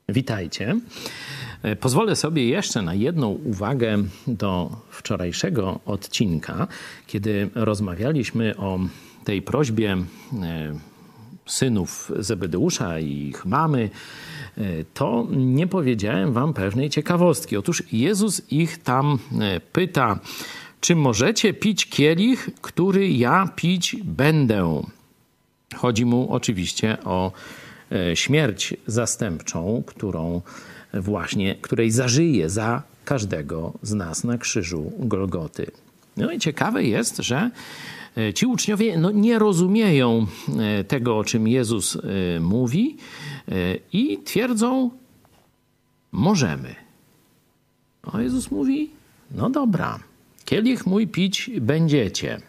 Witajcie. Pozwolę sobie jeszcze na jedną uwagę do wczorajszego odcinka, kiedy rozmawialiśmy o tej prośbie synów Zebedeusza i ich mamy. To nie powiedziałem wam pewnej ciekawostki. Otóż Jezus ich tam pyta, czy możecie pić kielich, który ja pić będę? Chodzi mu oczywiście o śmierć zastępczą, której zażyje za każdego z nas na krzyżu Golgoty. No i ciekawe jest, że ci uczniowie nie rozumieją tego, o czym Jezus mówi i twierdzą, możemy. A Jezus mówi, no dobra, kielich mój pić będziecie.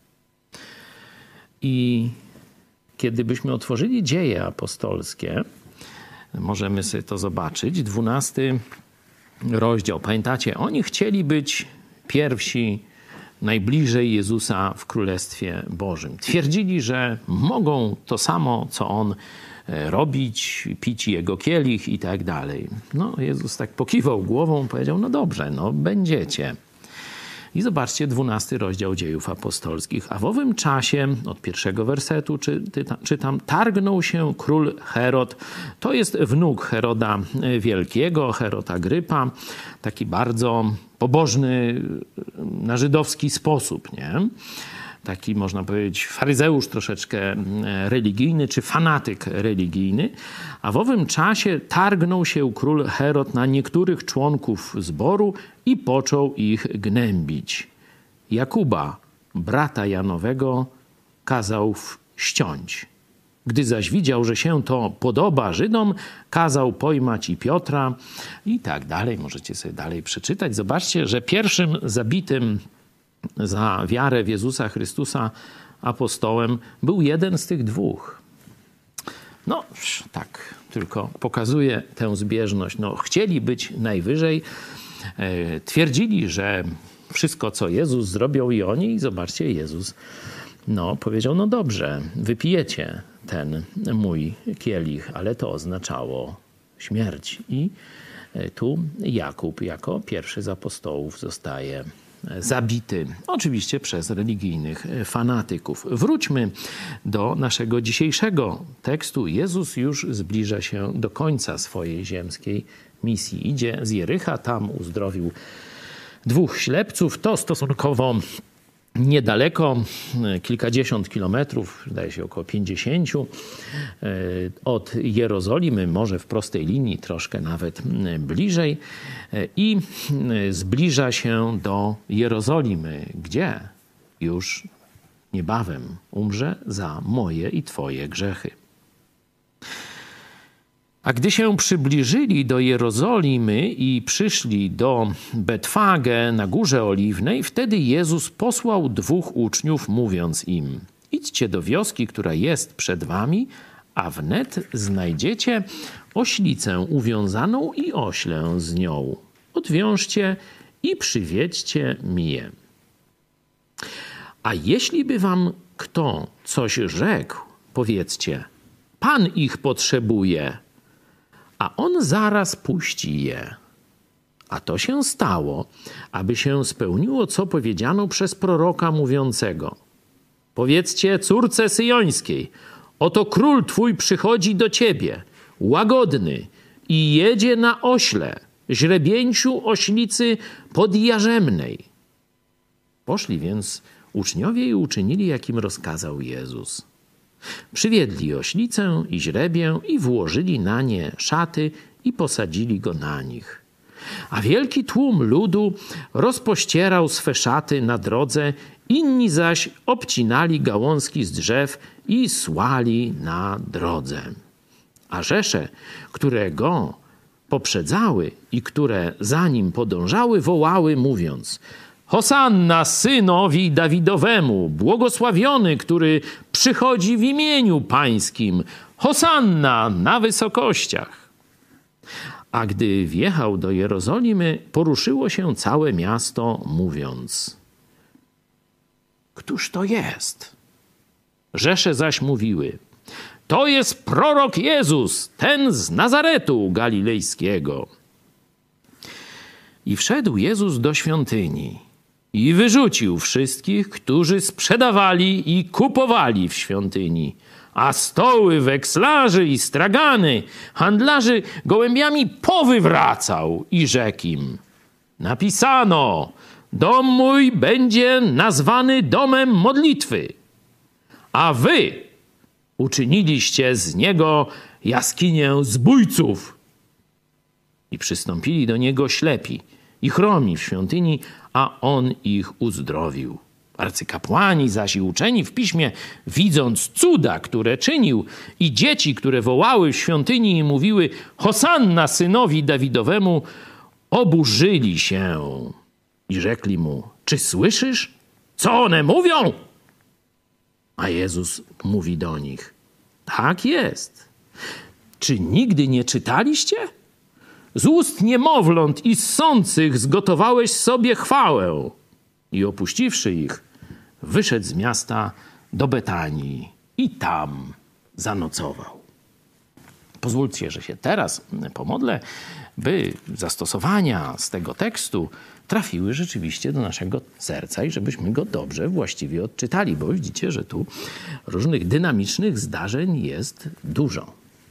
I kiedy byśmy otworzyli Dzieje apostolskie, możemy sobie to zobaczyć, 12 rozdział. Pamiętacie, oni chcieli być pierwsi, najbliżej Jezusa w Królestwie Bożym. Twierdzili, że mogą to samo, co On robić, pić Jego kielich i tak dalej. No, Jezus tak pokiwał głową, powiedział, no dobrze, no będziecie. I zobaczcie 12 rozdział Dziejów Apostolskich. A w owym czasie, od pierwszego wersetu czytam, targnął się król Herod. To jest wnuk Heroda Wielkiego, Herod Agrypa. Taki bardzo pobożny na żydowski sposób, nie? Taki, można powiedzieć, faryzeusz troszeczkę religijny, czy fanatyk religijny. A w owym czasie targnął się król Herod na niektórych członków zboru i począł ich gnębić. Jakuba, brata Janowego, kazał ściąć. Gdy zaś widział, że się to podoba Żydom, kazał pojmać i Piotra i tak dalej. Możecie sobie dalej przeczytać. Zobaczcie, że pierwszym zabitym za wiarę w Jezusa Chrystusa apostołem był jeden z tych dwóch. No, tak, tylko pokazuje tę zbieżność. No, chcieli być najwyżej, twierdzili, że wszystko, co Jezus zrobił i oni, i zobaczcie, Jezus powiedział, no dobrze, wypijecie ten mój kielich, ale to oznaczało śmierć. I tu Jakub jako pierwszy z apostołów zostaje zabity, oczywiście przez religijnych fanatyków. Wróćmy do naszego dzisiejszego tekstu. Jezus już zbliża się do końca swojej ziemskiej misji. Idzie z Jericha, tam uzdrowił 2 ślepców. To stosunkowo niedaleko, kilkadziesiąt kilometrów, zdaje się około 50 od Jerozolimy, może w prostej linii, troszkę nawet bliżej. I zbliża się do Jerozolimy, gdzie już niebawem umrze za moje i twoje grzechy. A gdy się przybliżyli do Jerozolimy i przyszli do Betfagę na Górze Oliwnej, wtedy Jezus posłał 2 uczniów, mówiąc im: idźcie do wioski, która jest przed wami, a wnet znajdziecie oślicę uwiązaną i oślę z nią. Odwiążcie i przywiedźcie mi je. A jeśli by wam kto coś rzekł, powiedzcie: Pan ich potrzebuje, a on zaraz puści je. A to się stało, aby się spełniło, co powiedziano przez proroka mówiącego: powiedzcie córce syjońskiej, oto król twój przychodzi do ciebie, łagodny, i jedzie na ośle, źrebięciu oślicy podjarzemnej. Poszli więc uczniowie i uczynili, jak im rozkazał Jezus. Przywiedli oślicę i źrebię i włożyli na nie szaty i posadzili go na nich. A wielki tłum ludu rozpościerał swe szaty na drodze, inni zaś obcinali gałązki z drzew i słali na drodze. A rzesze, które go poprzedzały i które za nim podążały, wołały, mówiąc: Hosanna synowi Dawidowemu, błogosławiony, który przychodzi w imieniu Pańskim. Hosanna na wysokościach. A gdy wjechał do Jerozolimy, poruszyło się całe miasto, mówiąc: Któż to jest? Rzesze zaś mówiły: to jest prorok Jezus, ten z Nazaretu Galilejskiego. I wszedł Jezus do świątyni i wyrzucił wszystkich, którzy sprzedawali i kupowali w świątyni, a stoły wekslarzy i stragany handlarzy gołębiami powywracał i rzekł im: napisano, dom mój będzie nazwany domem modlitwy, a wy uczyniliście z niego jaskinię zbójców. I przystąpili do niego ślepi i chromi w świątyni, a on ich uzdrowił. Arcykapłani zaś i uczeni w piśmie, widząc cuda, które czynił, i dzieci, które wołały w świątyni i mówiły: Hosanna synowi Dawidowemu, oburzyli się i rzekli mu: czy słyszysz, co one mówią? A Jezus mówi do nich: tak jest. Czy nigdy nie czytaliście? Z ust niemowląt i ssących zgotowałeś sobie chwałę. I opuściwszy ich, wyszedł z miasta do Betanii i tam zanocował. Pozwólcie, że się teraz pomodlę, by zastosowania z tego tekstu trafiły rzeczywiście do naszego serca i żebyśmy go dobrze, właściwie odczytali, bo widzicie, że tu różnych dynamicznych zdarzeń jest dużo.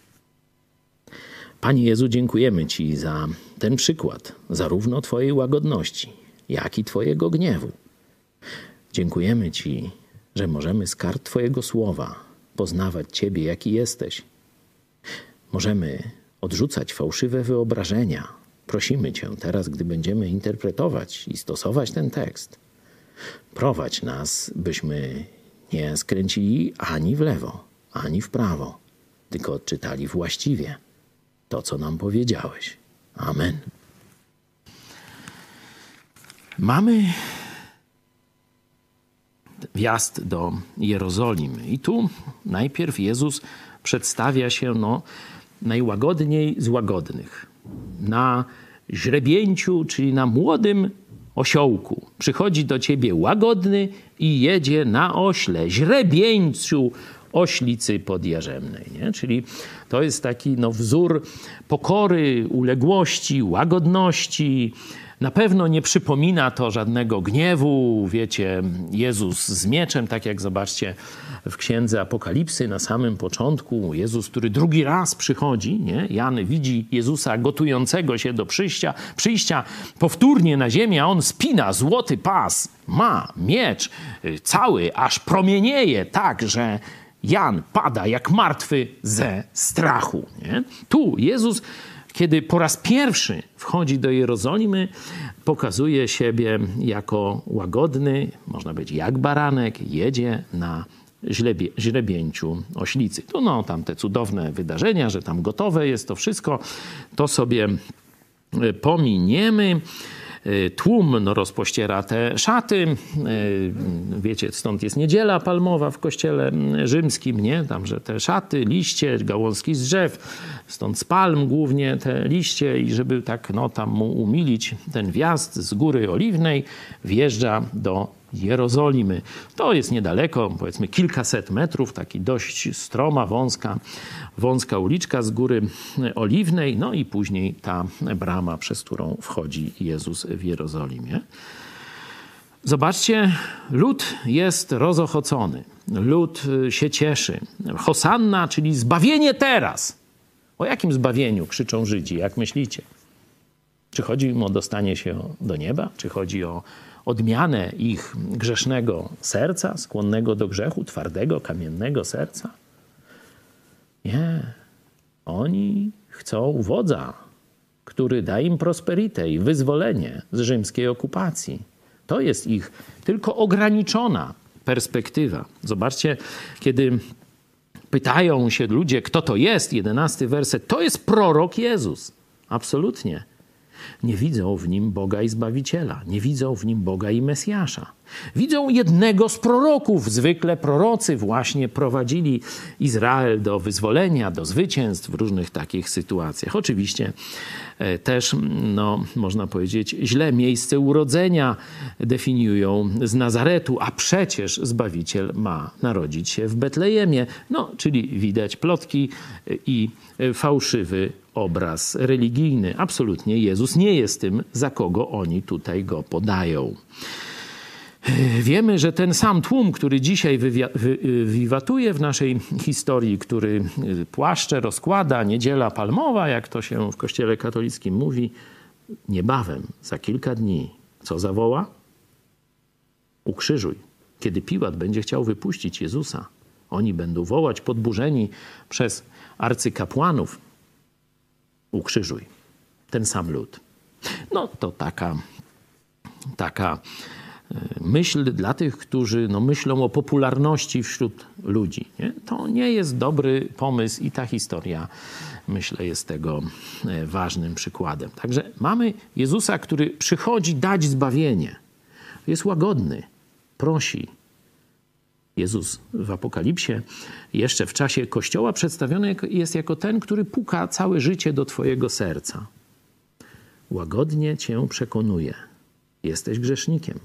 Panie Jezu, dziękujemy Ci za ten przykład, zarówno Twojej łagodności, jak i Twojego gniewu. Dziękujemy Ci, że możemy z kart Twojego słowa poznawać Ciebie, jaki jesteś. Możemy odrzucać fałszywe wyobrażenia. Prosimy Cię teraz, gdy będziemy interpretować i stosować ten tekst, prowadź nas, byśmy nie skręcili ani w lewo, ani w prawo, tylko odczytali właściwie to, co nam powiedziałeś. Amen. Mamy wjazd do Jerozolimy i tu najpierw Jezus przedstawia się najłagodniej z łagodnych. Na źrebięciu, czyli na młodym osiołku, przychodzi do ciebie łagodny i jedzie na ośle, źrebieńcu oślicy podjarzemnej. Nie? Czyli to jest taki wzór pokory, uległości, łagodności. Na pewno nie przypomina to żadnego gniewu. Wiecie, Jezus z mieczem, tak jak zobaczcie w Księdze Apokalipsy na samym początku. Jezus, który drugi raz przychodzi, nie? Jan widzi Jezusa gotującego się do przyjścia powtórnie na ziemię, a on spina złoty pas, ma miecz cały, aż promienieje tak, że Jan pada jak martwy ze strachu. Nie? Tu Jezus, kiedy po raz pierwszy wchodzi do Jerozolimy, pokazuje siebie jako łagodny, można powiedzieć jak baranek, jedzie na źrebięciu oślicy. Tu tam te cudowne wydarzenia, że tam gotowe jest to wszystko, to sobie pominiemy. Tłum rozpościera te szaty. Wiecie, stąd jest niedziela palmowa w kościele rzymskim, nie? Tam, że te szaty, liście, gałązki z drzew, stąd z palm głównie te liście i żeby tak tam mu umilić ten wjazd z Góry Oliwnej, wjeżdża do Jerozolimy. To jest niedaleko, powiedzmy kilkaset metrów, taki dość stroma, wąska uliczka z Góry Oliwnej, i później ta brama, przez którą wchodzi Jezus w Jerozolimie. Zobaczcie, lud jest rozochocony, lud się cieszy. Hosanna, czyli zbawienie teraz. O jakim zbawieniu krzyczą Żydzi, jak myślicie? Czy chodzi im o dostanie się do nieba? Czy chodzi o odmianę ich grzesznego serca, skłonnego do grzechu, twardego, kamiennego serca? Nie. Oni chcą wodza, który da im prosperitę i wyzwolenie z rzymskiej okupacji. To jest ich tylko ograniczona perspektywa. Zobaczcie, kiedy pytają się ludzie, kto to jest, 11 werset, to jest prorok Jezus. Absolutnie. Nie widzą w nim Boga i Zbawiciela. Nie widzą w nim Boga i Mesjasza. Widzą jednego z proroków. Zwykle prorocy właśnie prowadzili Izrael do wyzwolenia, do zwycięstw w różnych takich sytuacjach. Oczywiście też, można powiedzieć, źle miejsce urodzenia definiują z Nazaretu, a przecież Zbawiciel ma narodzić się w Betlejemie. Czyli widać plotki i fałszywy obraz religijny. Absolutnie Jezus nie jest tym, za kogo oni tutaj go podają. Wiemy, że ten sam tłum, który dzisiaj wiwatuje w naszej historii, który płaszcze rozkłada, niedziela palmowa, jak to się w Kościele katolickim mówi, niebawem, za kilka dni, co zawoła? Ukrzyżuj. Kiedy Piłat będzie chciał wypuścić Jezusa, oni będą wołać podburzeni przez arcykapłanów: ukrzyżuj. Ten sam lud. To taka myśl dla tych, którzy myślą o popularności wśród ludzi. Nie? To nie jest dobry pomysł i ta historia, myślę, jest tego ważnym przykładem. Także mamy Jezusa, który przychodzi dać zbawienie. Jest łagodny, prosi. Jezus w Apokalipsie jeszcze w czasie Kościoła przedstawiony jest jako ten, który puka całe życie do twojego serca. Łagodnie cię przekonuje. Jesteś grzesznikiem.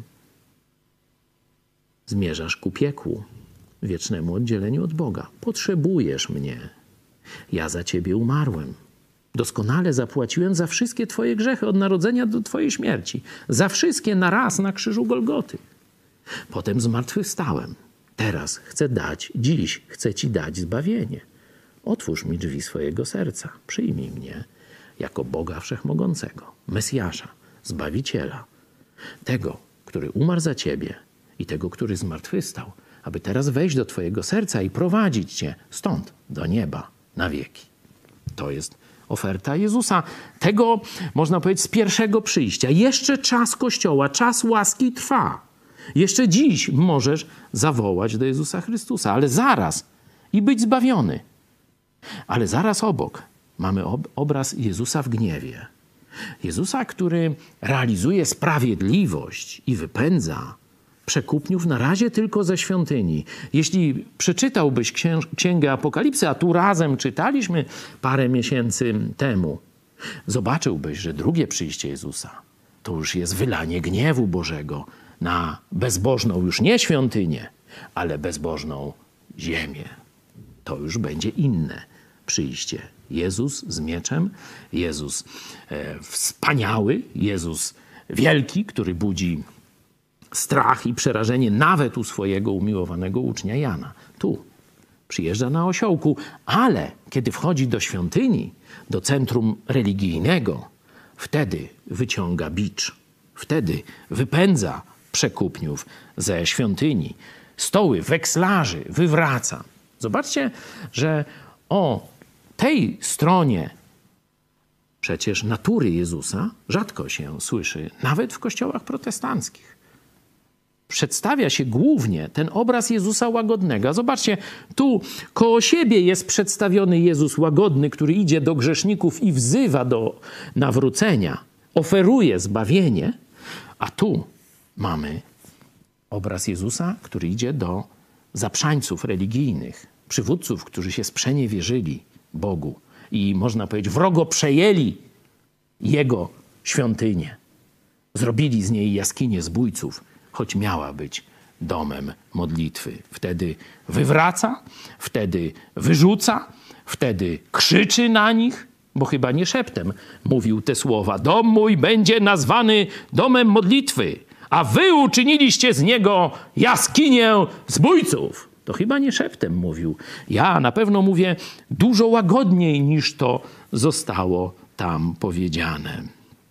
Zmierzasz ku piekłu, wiecznemu oddzieleniu od Boga. Potrzebujesz mnie. Ja za ciebie umarłem. Doskonale zapłaciłem za wszystkie twoje grzechy od narodzenia do twojej śmierci. Za wszystkie na raz na krzyżu Golgoty. Potem zmartwychwstałem. Teraz dziś chcę ci dać zbawienie. Otwórz mi drzwi swojego serca. Przyjmij mnie jako Boga Wszechmogącego, Mesjasza, Zbawiciela. Tego, który umarł za ciebie i tego, który zmartwychwstał, aby teraz wejść do twojego serca i prowadzić cię stąd do nieba na wieki. To jest oferta Jezusa. Tego, można powiedzieć, z pierwszego przyjścia. Jeszcze czas Kościoła, czas łaski trwa. Jeszcze dziś możesz zawołać do Jezusa Chrystusa, ale zaraz i być zbawiony. Ale zaraz obok mamy obraz Jezusa w gniewie. Jezusa, który realizuje sprawiedliwość i wypędza przekupniów na razie tylko ze świątyni. Jeśli przeczytałbyś Księgę Apokalipsy, a tu razem czytaliśmy parę miesięcy temu, zobaczyłbyś, że drugie przyjście Jezusa to już jest wylanie gniewu Bożego na bezbożną już nie świątynię, ale bezbożną ziemię. To już będzie inne przyjście. Jezus z mieczem, Jezus wspaniały, Jezus wielki, który budzi strach i przerażenie nawet u swojego umiłowanego ucznia Jana. Tu przyjeżdża na osiołku, ale kiedy wchodzi do świątyni, do centrum religijnego, wtedy wyciąga bicz. Wtedy wypędza przekupniów ze świątyni. Stoły wekslarzy wywraca. Zobaczcie, że o tej stronie przecież natury Jezusa rzadko się słyszy, nawet w kościołach protestanckich. Przedstawia się głównie ten obraz Jezusa łagodnego. Zobaczcie, tu koło siebie jest przedstawiony Jezus łagodny, który idzie do grzeszników i wzywa do nawrócenia, oferuje zbawienie, a tu mamy obraz Jezusa, który idzie do zaprzańców religijnych, przywódców, którzy się sprzeniewierzyli Bogu i, można powiedzieć, wrogo przejęli Jego świątynię. Zrobili z niej jaskinię zbójców, choć miała być domem modlitwy. Wtedy wywraca, wtedy wyrzuca, wtedy krzyczy na nich, bo chyba nie szeptem mówił te słowa: dom mój będzie nazwany domem modlitwy, a wy uczyniliście z niego jaskinię zbójców. To chyba nie szeptem mówił. Ja na pewno mówię dużo łagodniej, niż to zostało tam powiedziane.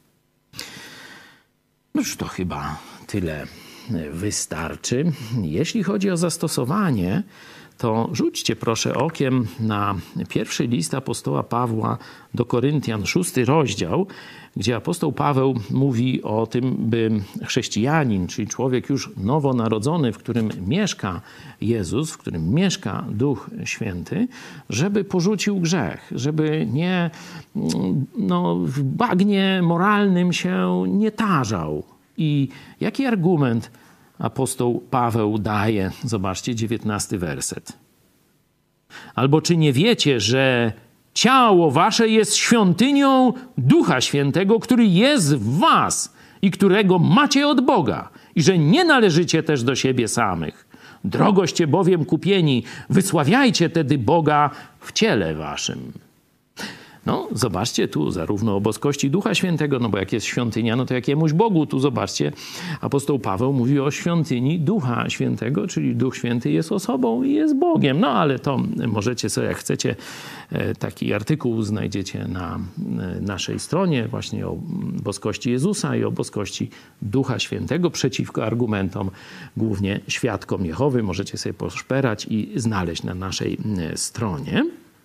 Noż to chyba tyle wystarczy. Jeśli chodzi o zastosowanie, to rzućcie proszę okiem na pierwszy list apostoła Pawła do Koryntian, 6 rozdział, gdzie apostoł Paweł mówi o tym, by chrześcijanin, czyli człowiek już nowonarodzony, w którym mieszka Jezus, w którym mieszka Duch Święty, żeby porzucił grzech, żeby nie w bagnie moralnym się nie tarzał. I jaki argument apostoł Paweł daje. Zobaczcie, 19 werset. Albo czy nie wiecie, że ciało wasze jest świątynią Ducha Świętego, który jest w was i którego macie od Boga, i że nie należycie też do siebie samych. Drogoście bowiem kupieni, wysławiajcie tedy Boga w ciele waszym. No, zobaczcie tu zarówno o boskości Ducha Świętego, no bo jak jest świątynia, no to jakiemuś Bogu. Tu zobaczcie, apostoł Paweł mówi o świątyni Ducha Świętego, czyli Duch Święty jest osobą i jest Bogiem. No, ale to możecie sobie, jak chcecie, taki artykuł znajdziecie na naszej stronie właśnie o boskości Jezusa i o boskości Ducha Świętego przeciwko argumentom, głównie świadkom Jehowy. Możecie sobie poszperać i znaleźć na naszej stronie.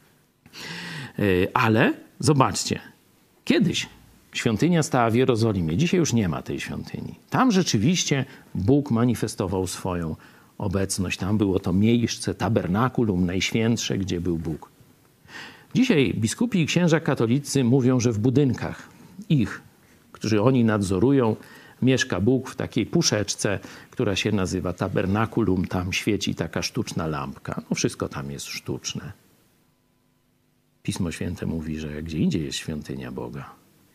Ale zobaczcie, kiedyś świątynia stała w Jerozolimie, dzisiaj już nie ma tej świątyni. Tam rzeczywiście Bóg manifestował swoją obecność. Tam było to miejsce, tabernakulum najświętsze, gdzie był Bóg. Dzisiaj biskupi i księża katolicy mówią, że w budynkach ich, którzy oni nadzorują, mieszka Bóg w takiej puszeczce, która się nazywa tabernakulum. Tam świeci taka sztuczna lampka. No wszystko tam jest sztuczne. Pismo Święte mówi, że gdzie indziej jest świątynia Boga.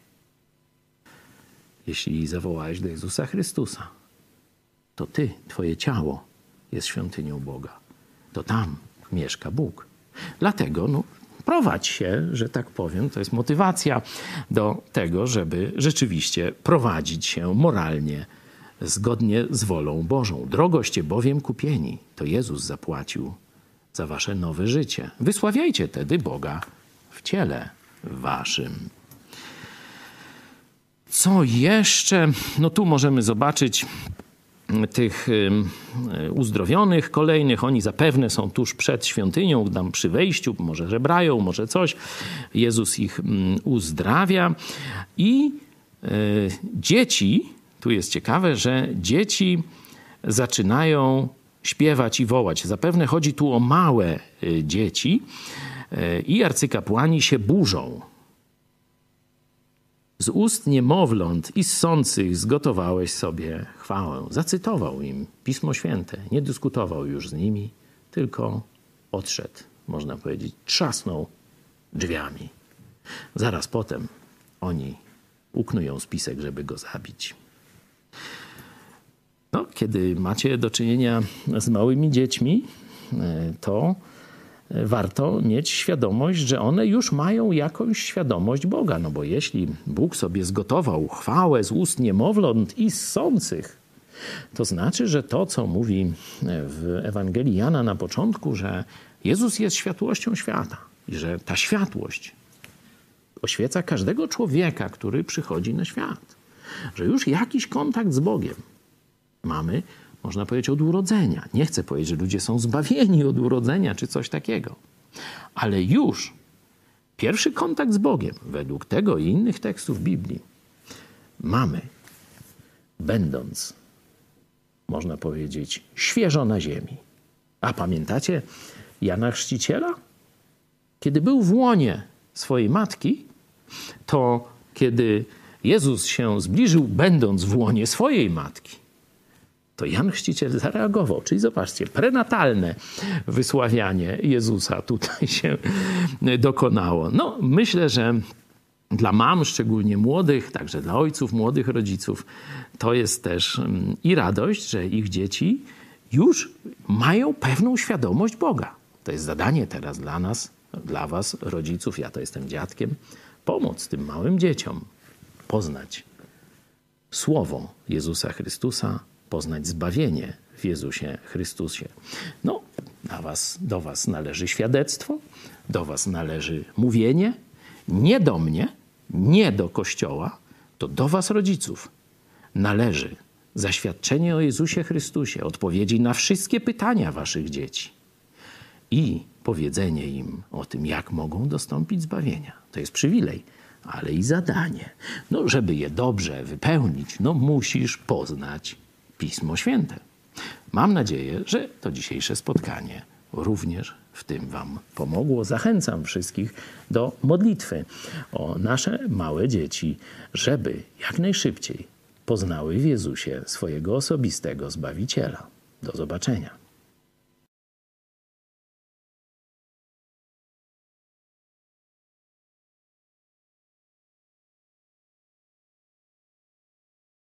Jeśli zawołałeś do Jezusa Chrystusa, to ty, twoje ciało jest świątynią Boga. To tam mieszka Bóg. Dlatego prowadź się, że tak powiem, to jest motywacja do tego, żeby rzeczywiście prowadzić się moralnie, zgodnie z wolą Bożą. Drogoście bowiem kupieni, to Jezus zapłacił za wasze nowe życie. Wysławiajcie tedy Boga w ciele waszym. Co jeszcze? No tu możemy zobaczyć tych uzdrowionych kolejnych. Oni zapewne są tuż przed świątynią, tam przy wejściu, może żebrają, może coś. Jezus ich uzdrawia. I dzieci, tu jest ciekawe, że dzieci zaczynają śpiewać i wołać. Zapewne chodzi tu o małe dzieci i arcykapłani się burzą. Z ust niemowląt i ssących zgotowałeś sobie chwałę. Zacytował im Pismo Święte. Nie dyskutował już z nimi, tylko odszedł, można powiedzieć, trzasnął drzwiami. Zaraz potem oni uknują spisek, żeby go zabić. No, kiedy macie do czynienia z małymi dziećmi, to warto mieć świadomość, że one już mają jakąś świadomość Boga. No bo jeśli Bóg sobie zgotował chwałę z ust niemowląt i ssących, to znaczy, że to, co mówi w Ewangelii Jana na początku, że Jezus jest światłością świata i że ta światłość oświeca każdego człowieka, który przychodzi na świat. Że już jakiś kontakt z Bogiem mamy, można powiedzieć, od urodzenia. Nie chcę powiedzieć, że ludzie są zbawieni od urodzenia czy coś takiego. Ale już pierwszy kontakt z Bogiem, według tego i innych tekstów Biblii, mamy, będąc, można powiedzieć, świeżo na ziemi. A pamiętacie Jana Chrzciciela? Kiedy był w łonie swojej matki, to kiedy Jezus się zbliżył, będąc w łonie swojej matki, to Jan Chrzciciel zareagował. Czyli zobaczcie, prenatalne wysławianie Jezusa tutaj się dokonało. No, myślę, że dla mam, szczególnie młodych, także dla ojców, młodych rodziców, to jest też i radość, że ich dzieci już mają pewną świadomość Boga. To jest zadanie teraz dla nas, dla was, rodziców, ja to jestem dziadkiem, pomóc tym małym dzieciom poznać Słowo Jezusa Chrystusa, poznać zbawienie w Jezusie Chrystusie. No, do was należy świadectwo, do was należy mówienie, nie do mnie, nie do Kościoła, to do was, rodziców, należy zaświadczenie o Jezusie Chrystusie, odpowiedzi na wszystkie pytania waszych dzieci i powiedzenie im o tym, jak mogą dostąpić zbawienia. To jest przywilej, ale i zadanie. No, żeby je dobrze wypełnić, no musisz poznać Pismo Święte. Mam nadzieję, że to dzisiejsze spotkanie również w tym wam pomogło. Zachęcam wszystkich do modlitwy o nasze małe dzieci, żeby jak najszybciej poznały w Jezusie swojego osobistego Zbawiciela. Do zobaczenia.